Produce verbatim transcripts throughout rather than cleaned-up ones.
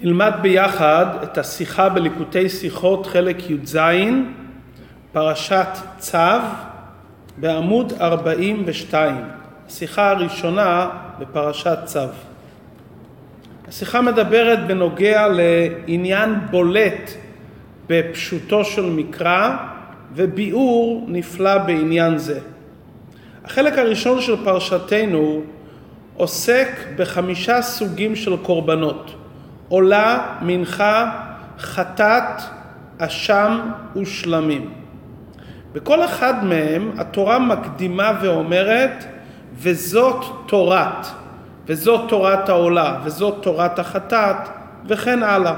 נלמד ביחד את השיחה בליקוטי שיחות חלק י"ז, פרשת צו, בעמוד ארבעים ושתיים. השיחה הראשונה בפרשת צו. השיחה מדברת בנוגע לעניין בולט בפשוטו של מקרא וביאור נפלא בעניין זה. החלק הראשון של פרשתנו עוסק בחמישה סוגים של קורבנות: עולה, מנחה, חטאת, אשם ושלמים. בכל אחד מהם התורה מקדימה ואומרת וזאת תורת, וזאת תורת העולה, וזאת תורת החטאת, וכן הלאה.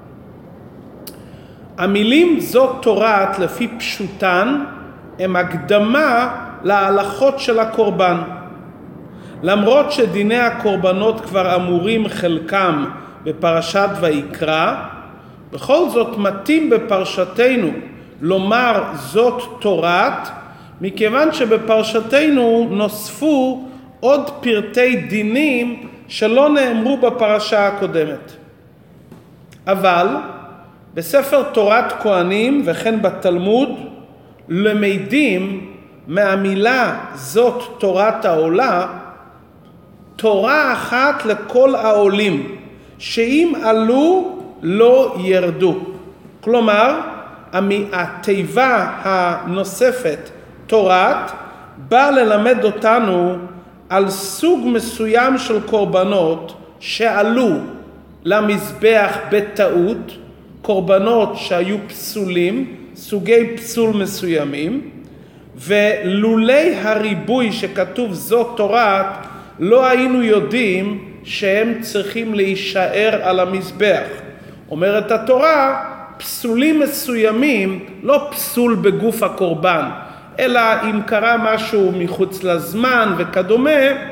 המילים זאת תורת לפי פשוטן הם הקדמה להלכות של הקורבן. למרות שדיני הקורבנות כבר אמורים חלקם בפרשת ויקרא, בכל זאת מתאים בפרשתנו לומר זאת תורת, מכיוון שבפרשתנו נוספו עוד פרטי דינים שלא נאמרו בפרשה הקודמת. אבל בספר תורת כהנים וכן בתלמוד למדים מהמילה זאת תורת העולה תורה אחת לכל העולים, שאם עלו לא ירדו. כלומר, התיבה הנוספת תורת באה ללמד אותנו על סוג מסוים של קורבנות שעלו למזבח בטעות, קורבנות שהיו פסולים, סוגי פסול מסוימים, ולולי הריבוי שכתוב זאת תורת לא היינו יודעים שהם צריכים להישאר על המזבח. אומרת התורה, פסולים מסוימים, לא פסול בגוף הקורבן, אלא אם קרה משהו מחוץ לזמן וכדומה,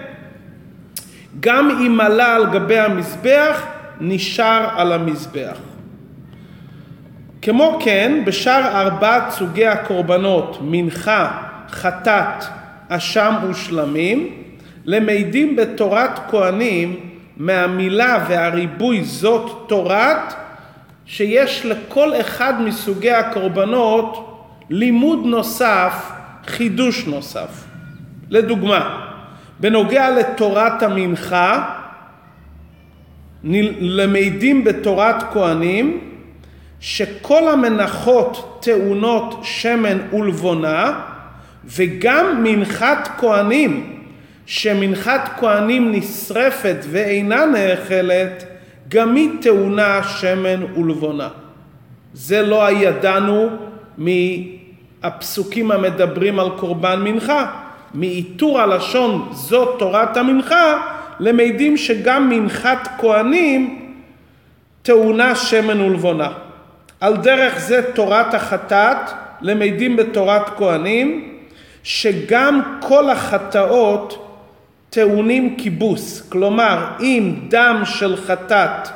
גם אם עלה על גבי המזבח, נשאר על המזבח. כמו כן, בשאר ארבעת סוגי הקורבנות, מנחה, חטאת, אשם ושלמים, למדים בתורת כהנים מהמילה והריבוי זאת תורת, שיש לכל אחד מסוגי הקורבנות לימוד נוסף, חידוש נוסף. לדוגמה, בנוגע לתורת המנחה, למדים בתורת כהנים שכל המנחות טעונות שמן ולבונה, וגם מנחת כהנים, שמנחת כהנים נשרפת ואינה נאכלת, גם היא טעונה שמן ולבונה. זה לא ידענו מהפסוקים המדברים על קורבן מנחה. מאיתור הלשון זאת תורת המנחה, למדים שגם מנחת כהנים טעונה שמן ולבונה. על דרך זה תורת החטאת, למדים בתורת כהנים, שגם כל החטאות טעונים כיבוס. כלומר, אם דם של חטאת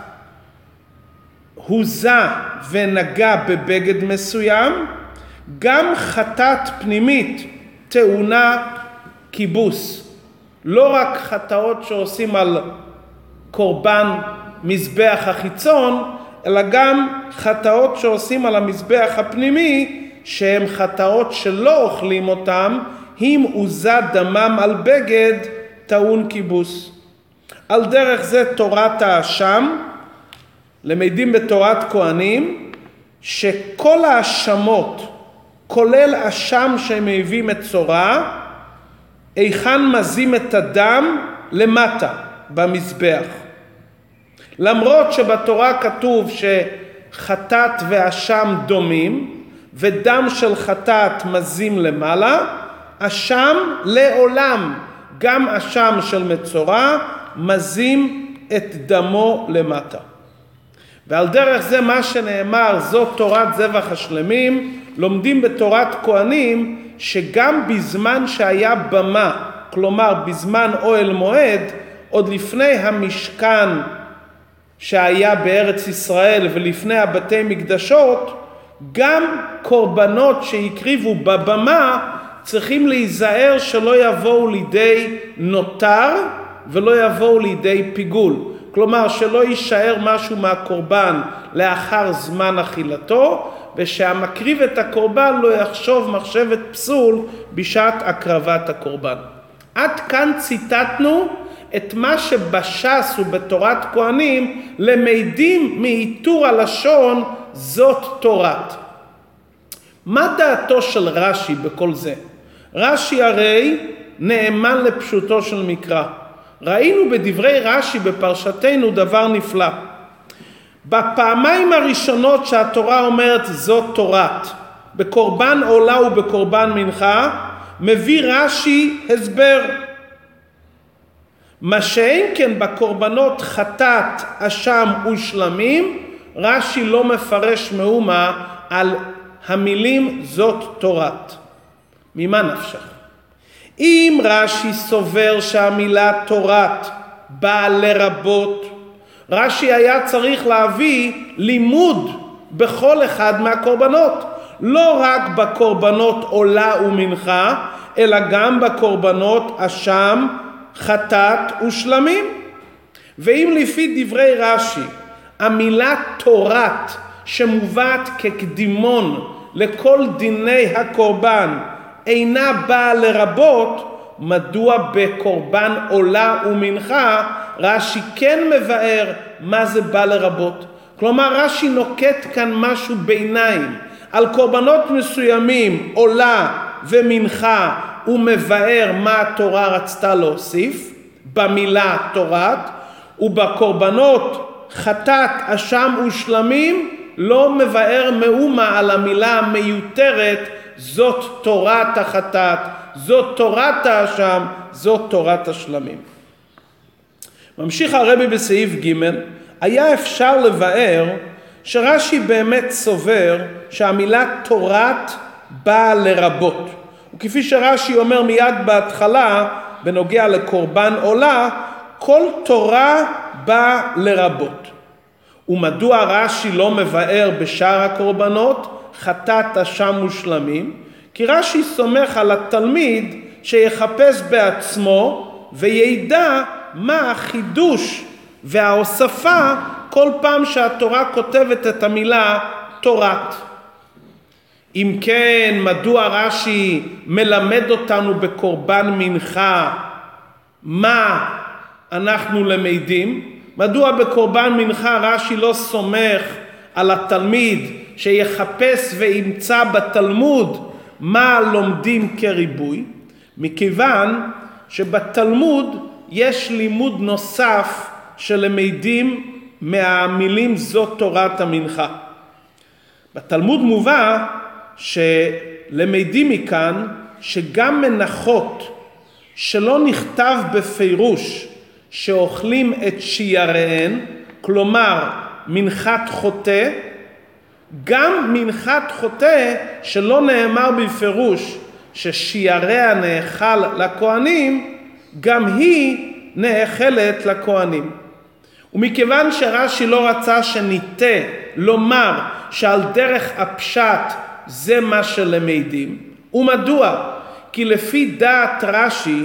הוזה ונגע בבגד מסוים, גם חטאת פנימית טעונה כיבוס. לא רק חטאות שעושים על קורבן מזבח החיצון, אלא גם חטאות שעושים על המזבח הפנימי, שהן חטאות שלא אוכלים אותם, אם הוזה דמם על בגד, טעון כיבוס. על דרך זה תורת האשם, למדים בתורת כהנים, שכל האשמות, כולל אשם שמביא מצורע, היכן מזים את הדם למטה במזבח. למרות שבתורה כתוב שחטאת ואשם דומים, ודם של חטאת מזים למעלה, אשם לעולם, גם אשם של מצורע, מזים את דמו למטה. ועל דרך זה מה שנאמר, זאת תורת זבח השלמים, לומדים בתורת כהנים, שגם בזמן שהיה במה, כלומר בזמן אוהל מועד, עוד לפני המשכן שהיה בארץ ישראל ולפני הבתי מקדשות, גם קורבנות שהקריבו בבמה צריכים להיזהר שלא יבואו לידי נותר ולא יבואו לידי פיגול. כלומר שלא יישאר משהו מהקורבן לאחר זמן אכילתו, ושהמקריב את הקורבן לא יחשוב מחשבת פסול בשעת הקרבת הקורבן. עד כאן ציטטנו את מה שבש"ס ובתורת כהנים למדים מאיתור הלשון זאת תורת. מה דעתו של רש"י בכל זה? רש"י הרי נאמן לפשוטו של מקרא. ראינו בדברי רש"י בפרשתנו דבר נפלא. בפעמיים הראשונות שהתורה אומרת זאת תורת, בקורבן עולה ובקורבן מנחה, מביא רש"י הסבר. מה שאין כן בקורבנות חטאת, אשם ושלמים, רש"י לא מפרש מאומה על המילים זאת תורת. ממה נפשך? אם רש"י סובר שהמילה תורת באה לרבות, רש"י היה צריך להביא לימוד בכל אחד מהקורבנות. לא רק בקורבנות עולה ומנחה, אלא גם בקורבנות אשם, חטאת ושלמים. ואם לפי דברי רש"י, המילה תורת שמובאת כקדימון לכל דיני הקורבן אינה באה לרבות, מדוע בקורבן עולה ומנחה רש"י כן מבאר מה זה בא לרבות? כלומר רש"י נוקט כאן משהו ביניים. על קורבנות מסוימים עולה ומנחה הוא מבאר מה התורה רצתה להוסיף במילה תורת, ובקורבנות חטאת, אשם ושלמים לא מבאר מאומה על המילה המיותרת זאת תורת החטאת, זאת תורת האשם, זאת תורת השלמים. ממשיך הרבי בסעיף ג', היה אפשר לבאר שרש"י באמת סובר שהמילה תורת באה לרבות. וכפי שרש"י אומר מיד בהתחלה בנוגע לקורבן עולה, כל תורה באה לרבות. ומדוע רש"י לא מבאר בשאר הקורבנות חטאת, אשם ושלמים? כי רש"י סומך על התלמיד שיחפש בעצמו וידע מה החידוש וההוספה כל פעם שהתורה כותבת את המילה תורת. אם כן, מדוע רש"י מלמד אותנו בקורבן מנחה מה אנחנו למדים? מדוע בקורבן מנחה רש"י לא סומך על התלמיד שיחפש וימצא בתלמוד מה לומדים כריבוי? מכיוון שבתלמוד יש לימוד נוסף שלמדים מהמילים זאת תורת המנחה. בתלמוד מובא שלמדים מכאן שגם מנחות שלא נכתב בפירוש שאוכלים את שייריהן, כלומר מנחת חוטא, גם מנחת חוטא שלא נאמר בפירוש ששייריה נאכל לכהנים, גם היא נאכלת לכהנים. ומכיוון שרש"י לא רצה שניטה לומר שעל דרך הפשט זה מה שלמדים, ומדוע? כי לפי דעת רש"י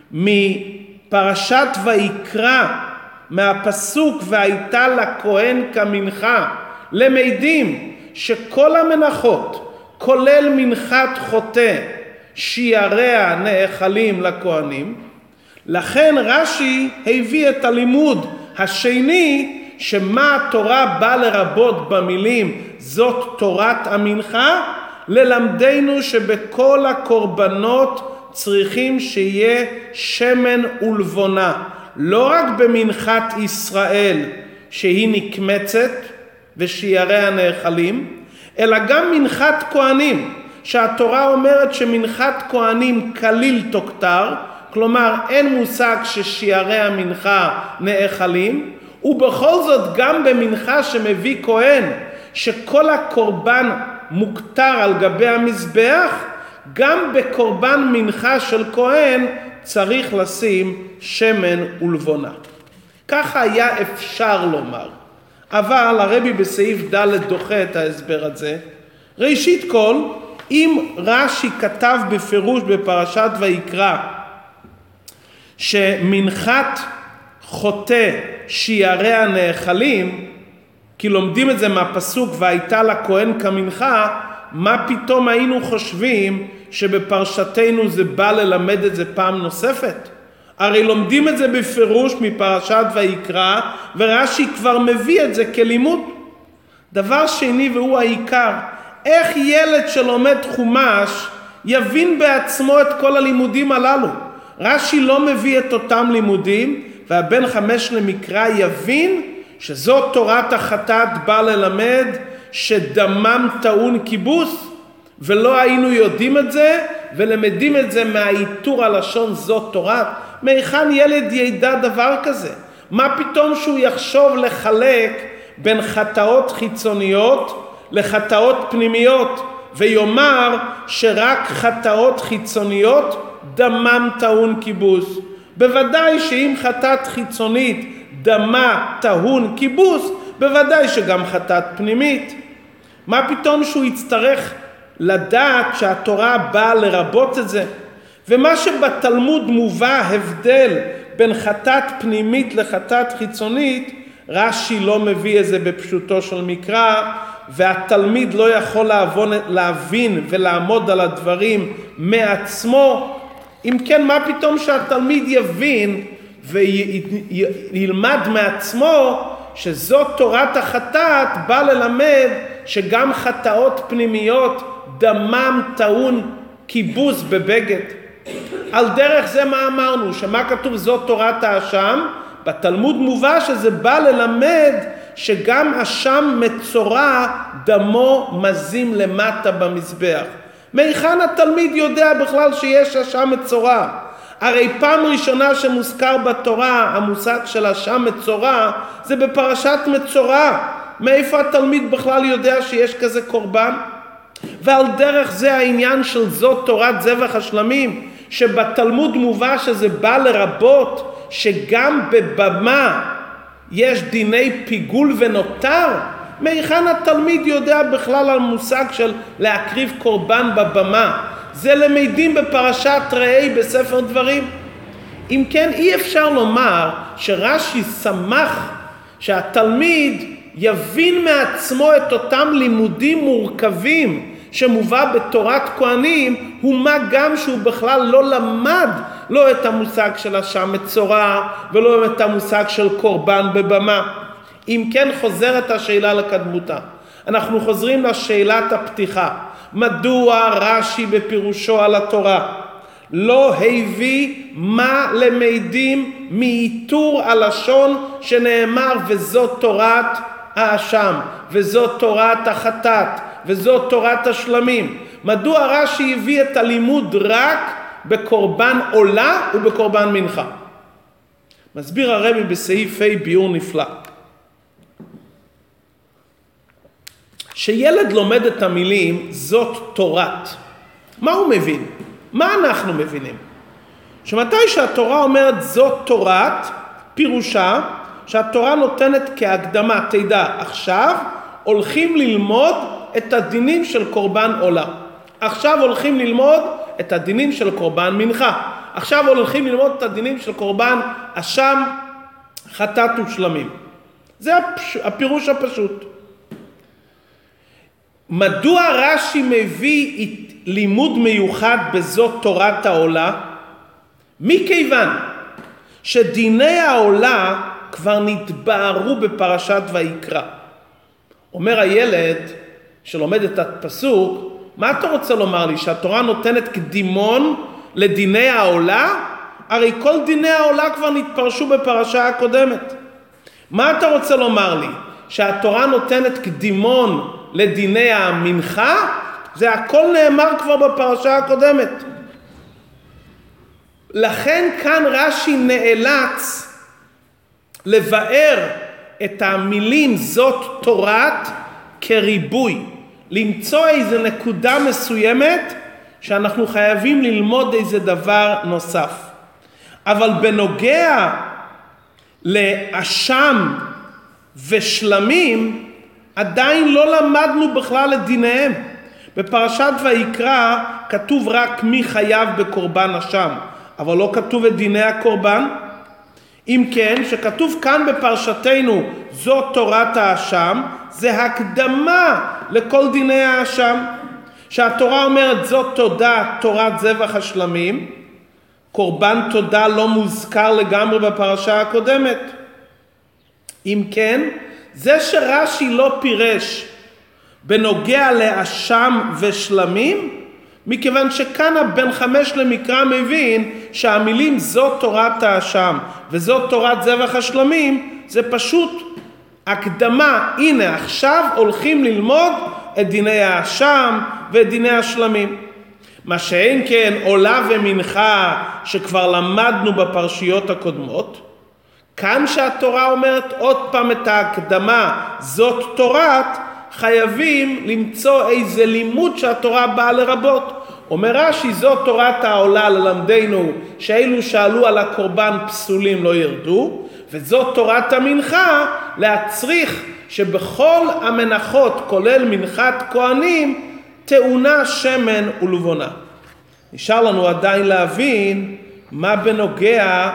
מפרשת ויקרא, מהפסוק והייתה לכהן כמנחה, למדים שכל המנחות כולל מנחת חוטא שייריה נאכלים לכהנים. לכן רש"י הביא את הלימוד השני שמה התורה בא לרבות במילים זאת תורת המנחה, ללמדנו שבכל הקורבנות צריכים שיהיה שמן ולבונה, לא רק במנחת ישראל שהיא נקמצת ושייריה נאכלים, אלא גם מנחת כהנים, שהתורה אומרת שמנחת כהנים כליל תוקטר, כלומר אין מושג ששיירי המנחה נאכלים, ובכל זאת גם במנחה שמביא כהן שכל הקורבן מוקטר על גבי המזבח, גם בקורבן מנחה של כהן צריך לשים שמן ולבונה. ככה היה אפשר לומר, אבל הרבי בסעיף ד' דוחה את ההסבר הזה. ראשית כל, אם רש"י כתב בפירוש בפרשת ויקרא שמנחת חוטא שיעריה נאכלים, כי לומדים את זה מהפסוק והייתה לכהן כמנחה, מה פתאום היינו חושבים שבפרשתנו זה בא ללמד את זה פעם נוספת? הרי לומדים את זה בפירוש מפרשת ויקרא, ורש"י כבר מביא את זה כלימוד. דבר שני והוא העיקר, איך ילד שלומד חומש יבין בעצמו את כל הלימודים הללו? רש"י לא מביא את אותם לימודים, והבן חמש למקרא יבין שזאת תורת החטאת בא ללמד שדמם טעון כיבוס, ולא היינו יודעים את זה, ולמדים את זה מהאיתור הלשון זאת תורת. מהיכן ילד ידע דבר כזה? מה פתאום שהוא יחשוב לחלק בין חטאות חיצוניות לחטאות פנימיות, ויאמר שרק חטאות חיצוניות דמם טעון כיבוס? בוודאי שאם חטאת חיצונית דמה טעון כיבוס, בוודאי שגם חטאת פנימית. מה פתאום שהוא יצטרך לדעת שהתורה באה לרבות את זה? ומה שבתלמוד מובא הבדל בין חטאת פנימית לחטאת חיצונית, רש"י לא מביא את זה בפשוטו של מקרא, והתלמיד לא יכול להבין ולעמוד על הדברים מעצמו. אם כן, מה פתאום שהתלמיד יבין וילמד מעצמו שזאת תורת החטאת בא ללמד שגם חטאות פנימיות דמם טעון כיבוס בבגד? על דרך זה מה אמרנו? שמה כתוב זאת תורת האשם? בתלמוד מובא שזה בא ללמד שגם אשם מצורע דמו מזים למטה במזבח. מהיכן התלמיד יודע בכלל שיש אשם מצורע? הרי פעם ראשונה שמוזכר בתורה המושג של אשם מצורע זה בפרשת מצורע. מאיפה התלמיד בכלל יודע שיש כזה קורבן? ועל דרך זה העניין של זאת תורת זבח השלמים, שבתלמוד מובא שזה בא לרבות שגם בבמה יש דיני פיגול ונותר. מהיכן התלמיד יודע בכלל על מושג של להקריב קורבן בבמה? זה למדים בפרשת ראה בספר דברים. אם כן, אי אפשר לומר שרש"י שמח שהתלמיד יבין מעצמו את אותם לימודים מורכבים שמובא בתורת כהנים, ומה גם שהוא בכלל לא למד לא את המושג של אשם מצורע ולא את המושג של קורבן בבמה. אם כן, חוזרת השאלה לקדמותה. אנחנו חוזרים לשאלת הפתיחה. מדוע רש"י בפירושו על התורה לא הביא מה למדים מאיתור הלשון שנאמר וזאת תורת האשם וזאת תורת החטאת וזאת תורת השלמים? מדוע רש"י הביא את הלימוד רק בקורבן עולה ובקורבן מנחה? מסביר הרבי בסעיף ה' ביאור נפלא. שילד לומד את המילים זאת תורת, מה הוא מבין? מה אנחנו מבינים? שמתי שהתורה אומרת זאת תורת, פירושה שהתורה נותנת כהקדמה, תדע, עכשיו הולכים ללמוד את הדינים של קורבן עולה. עכשיו הולכים ללמוד את הדינים של קורבן מנחה. עכשיו הולכים ללמוד את הדינים של קורבן אשם, חטאת ושלמים. זה הפש... הפירוש הפשוט. מדוע רש"י מביא לימוד מיוחד בזאת תורת העולה? מכיוון שדיני העולה כבר נתבהרו בפרשת ויקרא. אומר הילד שלומד את הפסוק, מה אתה רוצה לומר לי? שהתורה נותנת קדימון לדיני העולה? הרי כל דיני העולה כבר נתפרשו בפרשה הקודמת. מה אתה רוצה לומר לי? שהתורה נותנת קדימון לדיני המנחה? זה הכל נאמר כבר בפרשה הקודמת. לכן כאן רש"י נאלץ לבאר את המילים זאת תורת כריבוי, למצוא איזה נקודה מסוימת שאנחנו חייבים ללמוד איזה דבר נוסף. אבל בנוגע לאשם ושלמים עדיין לא למדנו בכלל את דיניהם. בפרשת ויקרא כתוב רק מי חייב בקורבן אשם, אבל לא כתוב את דיני הקורבן. אם כן, שכתוב כאן בפרשתנו זאת תורת האשם, זה הקדמה לכל דיני האשם. שהתורה אומרת זאת תודה, תורת זבח השלמים, קורבן תודה לא מוזכר לגמרי בפרשה הקודמת. אם כן, זה שרש"י לא פירש בנוגע לאשם ושלמים, מכיוון שכאן הבן חמש למקרא מבין שהמילים זאת תורת האשם וזאת תורת זבח השלמים זה פשוט הקדמה. הנה עכשיו הולכים ללמוד את דיני האשם ואת דיני השלמים. מה שאין כן עולה ומנחה שכבר למדנו בפרשיות הקודמות, כאן שהתורה אומרת עוד פעם את ההקדמה זאת תורת, חייבים למצוא איזה לימוד שהתורה באה לרבות. אומר רש"י זאת תורת העולה ללמדנו שאלו שעלו על הקורבן פסולים לא ירדו, וזאת תורת המנחה להצריך שבכל המנחות כולל מנחת כהנים טעונה שמן ולבונה. נשאר לנו עדיין להבין מה בנוגע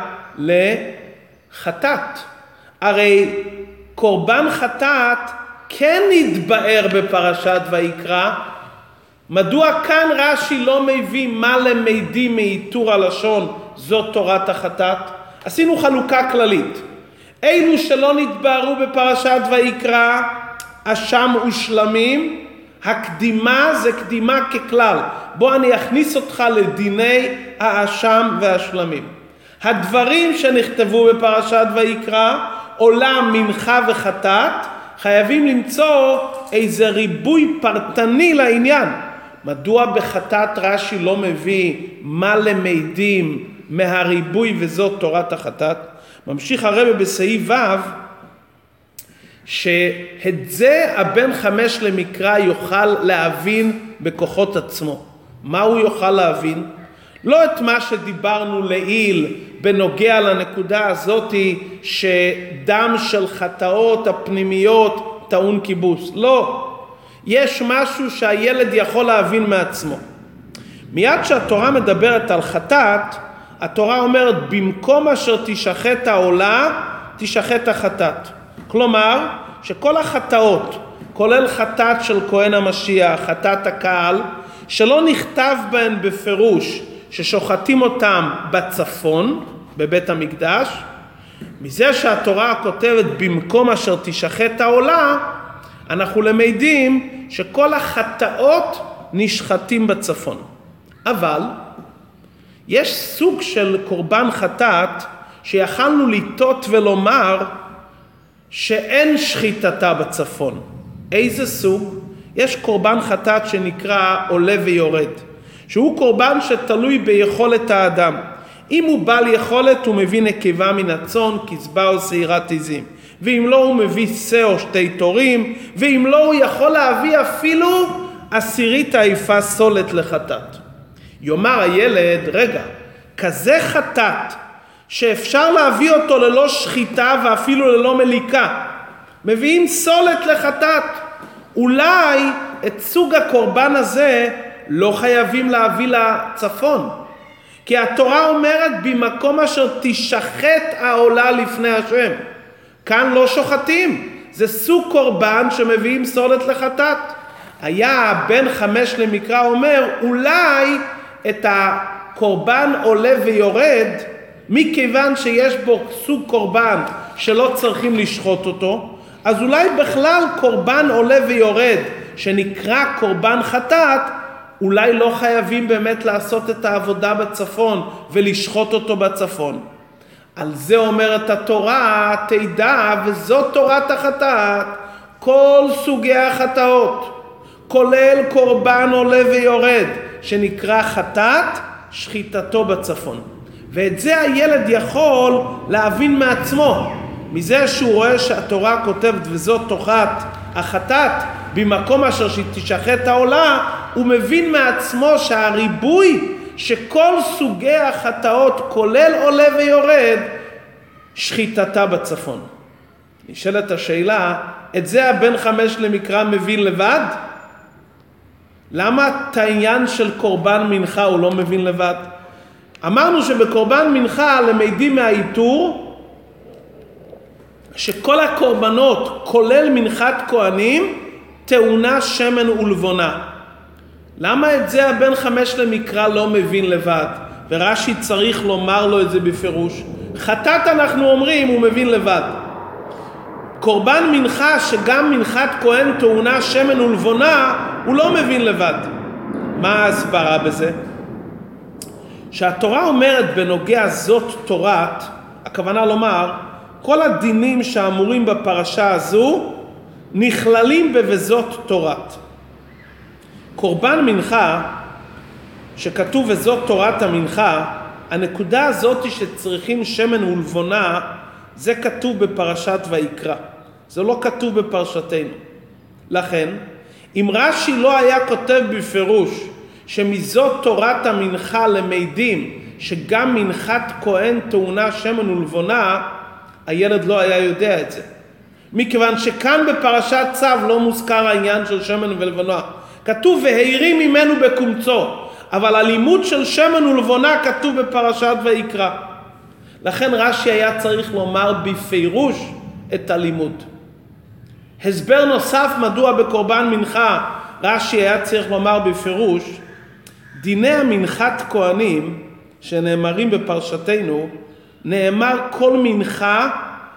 לחטאת. הרי קורבן חטאת כן נתבאר בפרשת ויקרא. מדוע כאן רש"י לא מביא מה למדים מאיתור הלשון זאת תורת החטאת? עשינו חלוקה כללית. אלו שלא נתבארו בפרשת ויקרא אשם ושלמים, הקדימה זה קדימה ככלל. בוא אני אכניס אותך לדיני האשם והשלמים. הדברים שנכתבו בפרשת ויקרא עולה מנחה וחטאת, חייבים למצוא איזה ריבוי פרטני לעניין. מדוע בחטאת רש"י לא מביא מה למדים מהריבוי וזאת תורת החטאת? ממשיך הרב בסעיף ו' שאת זה הבן חמש למקרא יוכל להבין בכוחות עצמו. מה הוא יוכל להבין? לא את מה שדיברנו לעיל בנוגע לנקודה הזאת שדם של חטאות הפנימיות טעון כיבוס. לא. יש משהו שהילד יכול להבין מעצמו. מיד שהתורה מדברת על חטאת, התורה אומרת במקום אשר תשחט העולה, תשחט החטאת. כלומר, שכל החטאות, כולל חטאת של כהן המשיח, חטאת הקהל, שלא נכתב בהן בפירוש ששוחטים אותם בצפון, בבית המקדש, מזה שהתורה כותבת במקום אשר תשחט העולה, אנחנו למדים שכל החטאות נשחטים בצפון. אבל יש סוג של קורבן חטאת שיכלנו לטעות ולומר שאין שחיטתה בצפון. איזה סוג? יש קורבן חטאת שנקרא עולה ויורד, שהוא קורבן שתלוי ביכולת האדם. אם הוא בעל יכולת הוא מביא נקבה מן הצאן, כזבה או שעירת עזים, ואם לא הוא מביא שא או שתי תורים, ואם לא הוא יכול להביא אפילו עשירית העיפה סולת לחטאת. יאמר הילד, רגע, כזה חטאת שאפשר להביא אותו ללא שחיטה ואפילו ללא מליקה, מביאים סולת לחטאת, אולי את סוג הקורבן הזה לא חייבים להביא לצפון, כי התורה אומרת במקום אשר תשחט העולה לפני השם. כאן לא שוחטים, זה סוג קורבן שמביאים סולת לחטאת. היה בן חמש למקרא אומר אולי את הקורבן עולה ויורד, מכיוון שיש בו סוג קורבן שלא צריכים לשחוט אותו, אז אולי בכלל קורבן עולה ויורד שנקרא קורבן חטאת, אולי לא חייבים באמת לעשות את העבודה בצפון ולשחוט אותו בצפון. על זה אומרת התורה, תדע וזאת תורת החטאת, כל סוגי החטאות, כולל קורבן עולה ויורד שנקרא חטאת, שחיטתו בצפון. ואת זה הילד יכול להבין מעצמו, מזה שהוא רואה שהתורה כותבת וזאת תורת החטאת במקום אשר שתשחט העולה, הוא מבין מעצמו שהריבוי שכל סוגי החטאות כולל עולה ויורד שחיטתה בצפון. נשאלת השאלה, את זה הבן חמש למקרא מבין לבד? למה את העניין של קורבן מנחה הוא לא מבין לבד? אמרנו שבקורבן מנחה למדים מהאיתור שכל הקורבנות, כולל מנחת כהנים, טעונה שמן ולבונה. למה את זה הבן חמש למקרא לא מבין לבד? ורש"י צריך לומר לו את זה בפירוש. חטאת אנחנו אומרים, הוא מבין לבד. קורבן מנחה שגם מנחת כהן טעונה שמן ולבונה, הוא לא מבין לבד. מה ההסברה בזה? שהתורה אומרת בנוגע זאת תורת, הכוונה לומר, כל הדינים שאמורים בפרשה הזו נכללים בבזאת תורת. קורבן מנחה, שכתוב וזאת תורת המנחה, הנקודה הזאת שצריכים שמן ולבונה, זה כתוב בפרשת ויקרא. זה לא כתוב בפרשתנו. לכן, אם רש"י לא היה כותב בפירוש שמזאת תורת המנחה למדים שגם מנחת כהן טעונה שמן ולבונה, הילד לא היה יודע את זה. מכיוון שכאן בפרשת צו לא מוזכר העניין של שמן ולבונה. כתוב והעירי ממנו בקומצו, אבל הלימוד של שמן ולבונה כתוב בפרשת ויקרא. לכן רש"י היה צריך לומר בפירוש את הלימוד. הסבר נוסף מדוע בקורבן מנחה רש"י היה צריך לומר בפירוש, דיני המנחת כהנים שנאמרים בפרשתנו, נאמר כל מנחה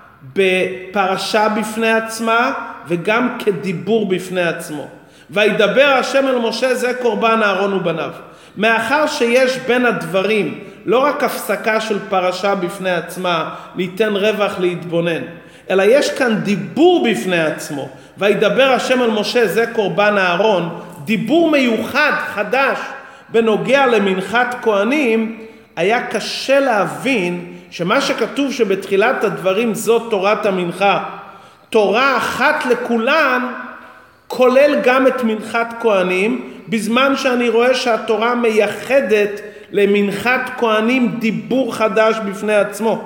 בפרשה בפני עצמה וגם כדיבור בפני עצמו. וידבר השם אל משה זה קורבן אהרון ובניו. מאחר שיש בין הדברים לא רק הפסקה של פרשה בפני עצמה ליתן רווח להתבונן, אלא יש כאן דיבור בפני עצמו. וידבר השם אל משה זה קורבן אהרון, דיבור מיוחד חדש בנוגע למנחת כהנים. היה קשה להבין שמה שכתוב שבתחילת הדברים זאת תורת המנחה, תורה אחת לכולן, כולל גם את מנחת כהנים, בזמן שאני רואה שהתורה מייחדת למנחת כהנים דיבור חדש בפני עצמו.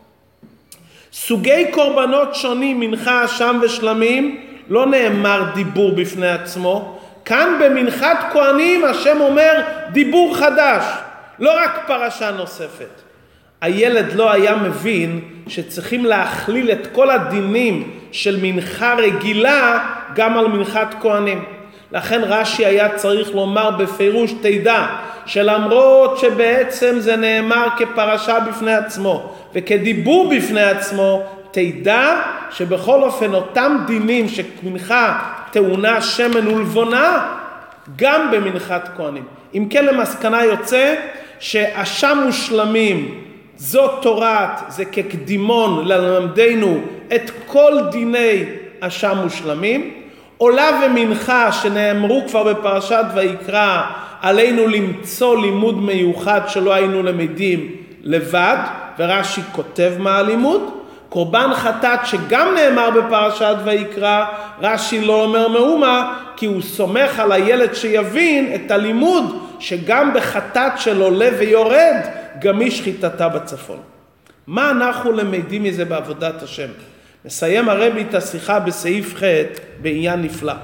סוגי קורבנות שונים, מנחה, אשם ושלמים, לא נאמר דיבור בפני עצמו. כאן במנחת כהנים השם אומר דיבור חדש, לא רק פרשה נוספת. הילד לא היה מבין שצריכים להכליל את כל הדינים של מנחה רגילה גם על מנחת כהנים. לכן רש"י היה צריך לומר בפירוש תדע שלמרות שבעצם זה נאמר כפרשה בפני עצמו וכדיבור בפני עצמו, תדע שבכל אופן אותם דינים שמנחה טעונה שמן ולבונה גם במנחת כהנים. אם כן למסקנה יוצא שאשם ושלמים זאת תורת, זה כקדימון ללמדנו את כל דיני אשם ושלמים. עולה ומנחה שנאמרו כבר בפרשת ויקרא, עלינו למצוא לימוד מיוחד שלא היינו למדים לבד, ורש"י כותב מה הלימוד. קורבן חטאת שגם נאמר בפרשת ויקרא, רש"י לא אומר מאומה, כי הוא סומך על הילד שיבין את הלימוד שגם בחטאת של עולה ויורד, גם היא שחיטתה בצפון. מה אנחנו למדים מזה בעבודת השם? מסיים הרבי את השיחה בסעיף ח' בעניין נפלא.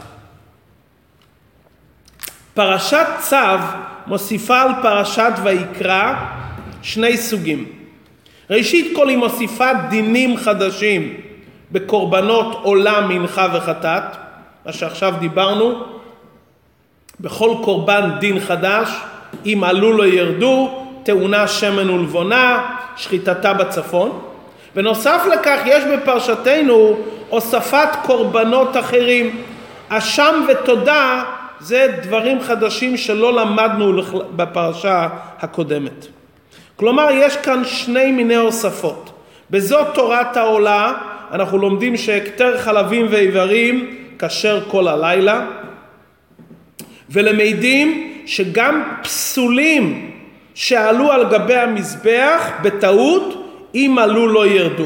פרשת צו מוסיפה על פרשת ויקרא שני סוגים. ראשית כל היא מוסיפה דינים חדשים בקורבנות עולה, מנחה וחטאת, מה שעכשיו דיברנו. בכל קורבן דין חדש, אם עלו לא ירדו, טעונה שמן ולבונה, שחיטתה בצפון. ונוסף לכך יש בפרשתנו הוספת קורבנות אחרים. אשם ותודה זה דברים חדשים שלא למדנו בפרשה הקודמת. כלומר יש כאן שני מיני הוספות. בזאת תורת העולה אנחנו לומדים שהקטר חלבים ואיברים כשר כל הלילה, ולמדים שגם פסולים שעלו על גבי המזבח בטעות, אם עלו לא ירדו.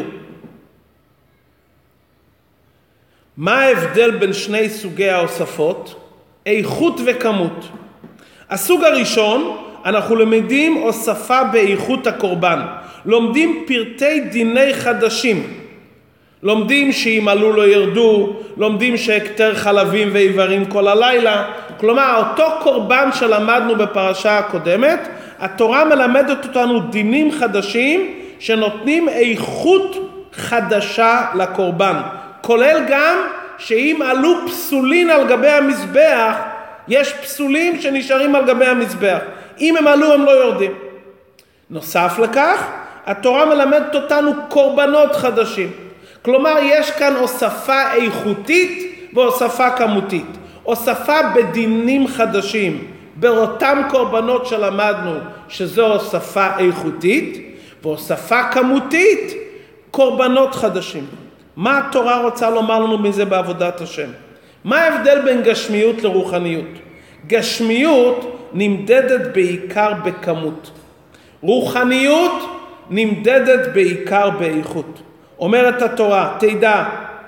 מה ההבדל בין שני סוגי ההוספות? איכות וכמות. הסוג הראשון, אנחנו למדים הוספה באיכות הקורבן. לומדים פרטי דיני חדשים. לומדים שאם עלו לא ירדו, לומדים שהקטר חלבים ואיברים כל הלילה. כלומר, אותו קורבן שלמדנו בפרשה הקודמת, התורה מלמדת אותנו דינים חדשים שנותנים איכות חדשה לקורבן. כולל גם שאם עלו פסולין על גבי המזבח, יש פסולים שנשארים על גבי המזבח. אם הם עלו הם לא יורדים. נוסף לכך, התורה מלמדת אותנו קורבנות חדשים. כלומר, יש כאן הוספה איכותית והוספה כמותית. הוספה בדינים חדשים, באותם קורבנות שלמדנו שזו הוספה איכותית, והוספה כמותית, קורבנות חדשים. מה התורה רוצה לומר לנו מזה בעבודת השם? מה ההבדל בין גשמיות לרוחניות? גשמיות נמדדת בעיקר בכמות. רוחניות נמדדת בעיקר באיכות. אומרת התורה, תדע,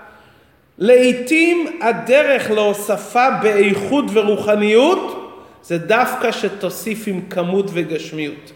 לעתים הדרך להוספה באיכות ורוחניות זה דווקא שתוסיף עם כמות וגשמיות.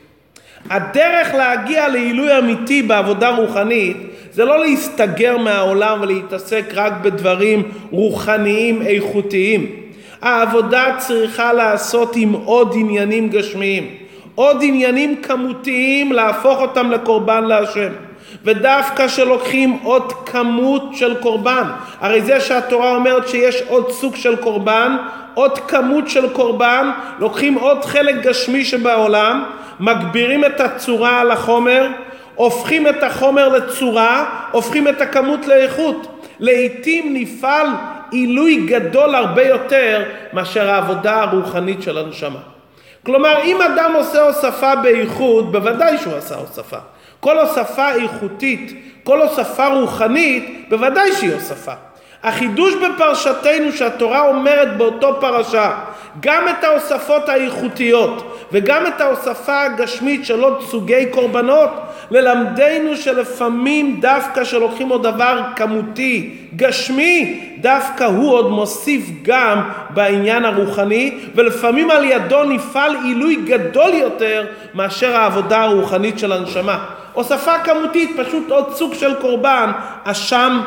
הדרך להגיע לעילוי אמיתי בעבודה רוחנית זה לא להסתגר מהעולם ולהתעסק רק בדברים רוחניים איכותיים. העבודה צריכה לעשות עם עוד עניינים גשמיים, עוד עניינים כמותיים, להפוך אותם לקורבן להשם. ודווקא שלוקחים עוד כמות של קורבן, הרי זה שהתורה אומרת שיש עוד סוג של קורבן, עוד כמות של קורבן, לוקחים עוד חלק גשמי שבעולם, מגבירים את הצורה על החומר, הופכים את החומר לצורה, הופכים את הכמות לאיכות. לעתים נפעל עילוי גדול הרבה יותר מאשר העבודה הרוחנית של הנשמה. כלומר, אם אדם עושה הוספה באיכות, בוודאי שהוא עשה הוספה. כל הוספה איכותית, כל הוספה רוחנית, בוודאי שהיא הוספה. החידוש בפרשתנו שהתורה אומרת באותו פרשה, גם את ההוספות האיכותיות וגם את ההוספה הגשמית של עוד סוגי קורבנות, ללמדנו שלפעמים דווקא שלוקחים עוד דבר כמותי, גשמי, דווקא הוא עוד מוסיף גם בעניין הרוחני, ולפעמים על ידו נפעל עילוי גדול יותר מאשר העבודה הרוחנית של הנשמה. הוספה כמותית, פשוט עוד סוג של קורבן, אשם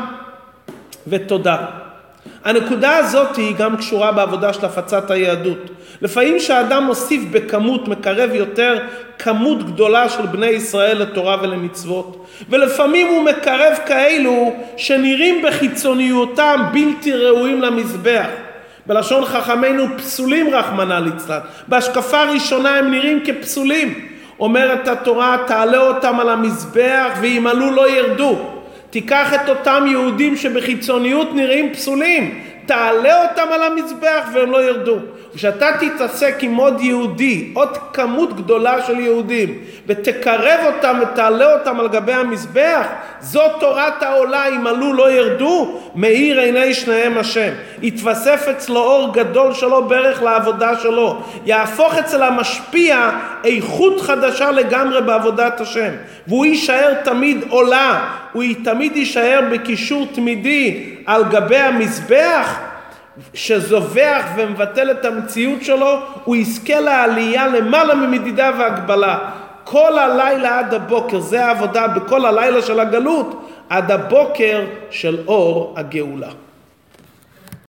ותודה. הנקודה הזאת היא גם קשורה בעבודה של הפצת היהדות. לפעמים שהאדם מוסיף בכמות, מקרב יותר כמות גדולה של בני ישראל לתורה ולמצוות, ולפעמים הוא מקרב כאלו שנראים בחיצוניותם בלתי ראויים למזבח. בלשון חכמינו פסולים רחמנא ליצלן. בהשקפה הראשונה הם נראים כפסולים. אומרת התורה, תעלה אותם על המזבח ואם עלו לא ירדו. תיקח את אותם יהודים שבחיצוניות נראים פסולים, תעלה אותם על המזבח והם לא ירדו. כשאתה תתעסק עם עוד יהודי, עוד כמות גדולה של יהודים, ותקרב אותם ותעלה אותם על גבי המזבח, זו תורת העולה, אם עלו לא ירדו, מאיר עיני שניהם השם. יתווסף אצלו אור גדול שלו ברך לעבודה שלו. יהפוך אצל המשפיע איכות חדשה לגמרי בעבודת השם. והוא יישאר תמיד עולה, הוא תמיד יישאר בקישור תמידי על גבי המזבח, שזובח ומבטל את המציאות שלו, הוא יזכה לעלייה למעלה ממדידה והגבלה. כל הלילה עד הבוקר, זה העבודה בכל הלילה של הגלות, עד הבוקר של אור הגאולה.